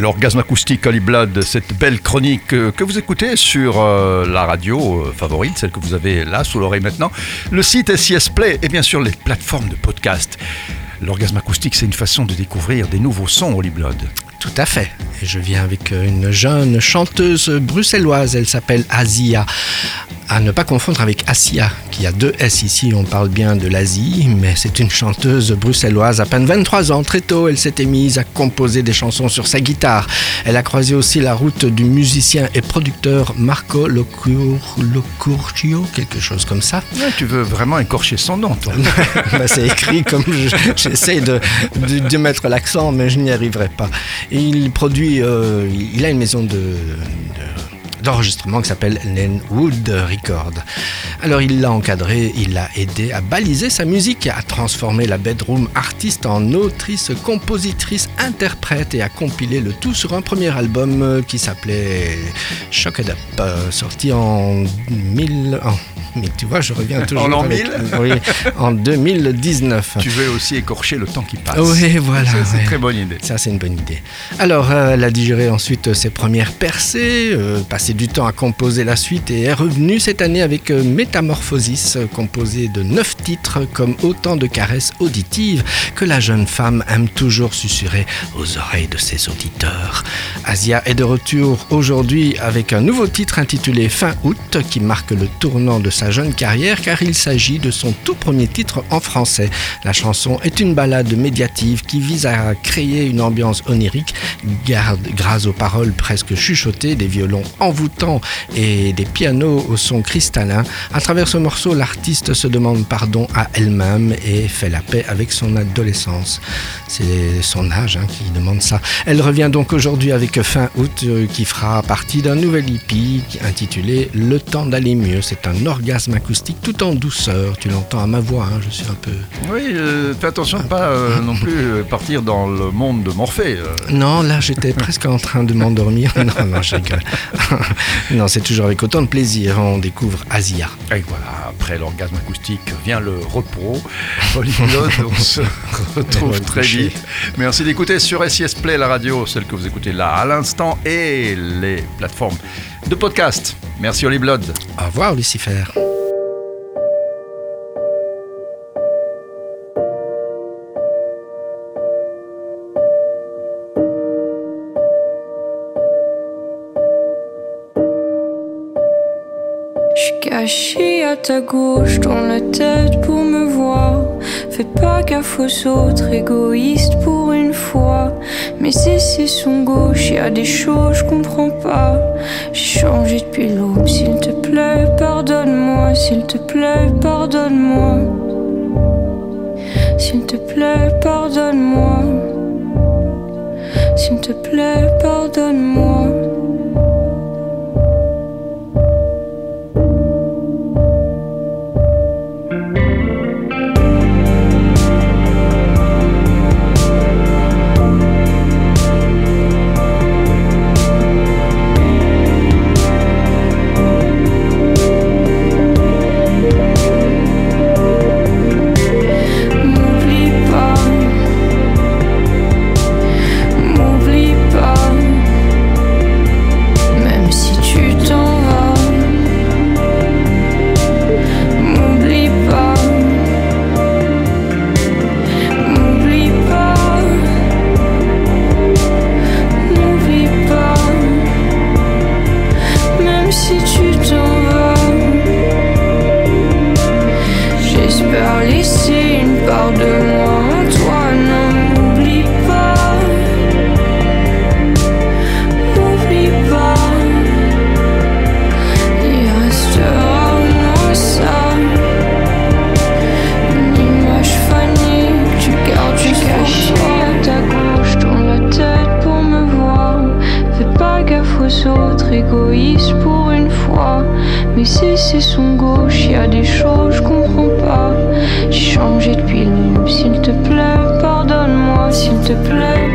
L'orgasme acoustique Holy Blood, cette belle chronique que vous écoutez sur la radio favorite, celle que vous avez là sous l'oreille maintenant, le site SIS Play et bien sûr les plateformes de podcast. L'orgasme acoustique, c'est une façon de découvrir des nouveaux sons Holy Blood. Tout à fait. Et je viens avec une jeune chanteuse bruxelloise, elle s'appelle Asia. À ne pas confondre avec Asia, qui a 2 S ici, on parle bien de l'Asie, mais c'est une chanteuse bruxelloise, à peine 23 ans. Très tôt, elle s'était mise à composer des chansons sur sa guitare. Elle a croisé aussi la route du musicien et producteur Marco Locurcio, quelque chose comme ça. Ouais, tu veux vraiment écorcher son nom, toi. C'est écrit comme j'essaie de mettre l'accent, mais je n'y arriverai pas. Et il produit, il a une maison d'enregistrement qui s'appelle Lenwood Records. Alors il l'a encadré, il l'a aidé à baliser sa musique, à transformer la bedroom artiste en autrice, compositrice, interprète et à compiler le tout sur un premier album qui s'appelait Shocked Up, sorti en mais tu vois, je reviens toujours en l'an avec, 1000 oui, en 2019. Tu veux aussi écorcher le temps qui passe. Oui, voilà. C'est une très bonne idée. Ça, c'est une bonne idée. Alors, elle a digéré ensuite ses premières percées, passé du temps à composer la suite et est revenue cette année avec Métamorphosis, composé de 9 titres comme autant de caresses auditives que la jeune femme aime toujours susurrer aux oreilles de ses auditeurs. Asia est de retour aujourd'hui avec un nouveau titre intitulé Fin août qui marque le tournant de sa jeune carrière car il s'agit de son tout premier titre en français. La chanson est une ballade médiative qui vise à créer une ambiance onirique grâce aux paroles presque chuchotées, des violons envoûtants et des pianos au son cristallin. À travers ce morceau, l'artiste se demande pardon à elle-même et fait la paix avec son adolescence. C'est son âge qui demande ça. Elle revient donc aujourd'hui avec Fin août qui fera partie d'un nouvel EP intitulé Le temps d'aller mieux. C'est un orgasme acoustique tout en douceur. Tu l'entends à ma voix, je suis un peu... Oui, fais attention de pas non plus partir dans le monde de Morphée. Non, là j'étais presque en train de m'endormir. Non, je rigole. Non, c'est toujours avec autant de plaisir. On découvre Asia. Et voilà, après l'orgasme acoustique vient le repos. Holy Blood, on se retrouve très vite. Merci d'écouter sur SIS Play, la radio, celle que vous écoutez là à l'instant, et les plateformes de podcast. Merci Holy Blood. Au revoir Lucifer. Caché à ta gauche, tourne la tête pour me voir. Fais pas gaffe aux autres, égoïste pour une fois. Mais c'est son gauche, y a des choses je comprends pas. J'ai changé depuis l'aube, s'il te plaît, pardonne-moi. S'il te plaît, pardonne-moi. S'il te plaît, pardonne-moi. S'il te plaît, pardonne-moi. Égoïste pour une fois, mais c'est son gauche, y a des choses je comprends pas. J'ai changé depuis l'aube, s'il te plaît, pardonne-moi, s'il te plaît.